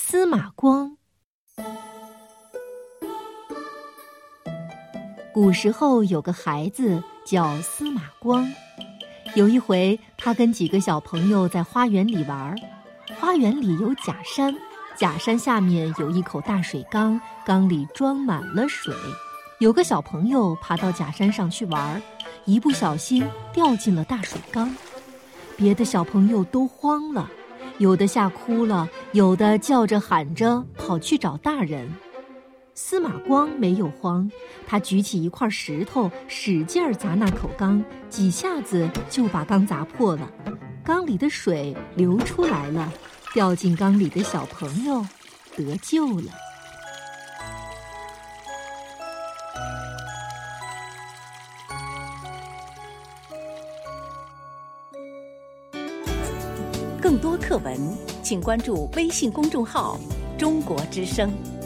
司马光。古时候有个孩子叫司马光，有一回他跟几个小朋友在花园里玩，花园里有假山，假山下面有一口大水缸，缸里装满了水。有个小朋友爬到假山上去玩，一不小心掉进了大水缸，别的小朋友都慌了，有的吓哭了，有的叫着喊着跑去找大人。司马光没有慌，他举起一块石头，使劲儿砸那口缸，几下子就把缸砸破了，缸里的水流出来了，掉进缸里的小朋友得救了。 更多课文，请关注微信公众号“中国之声”。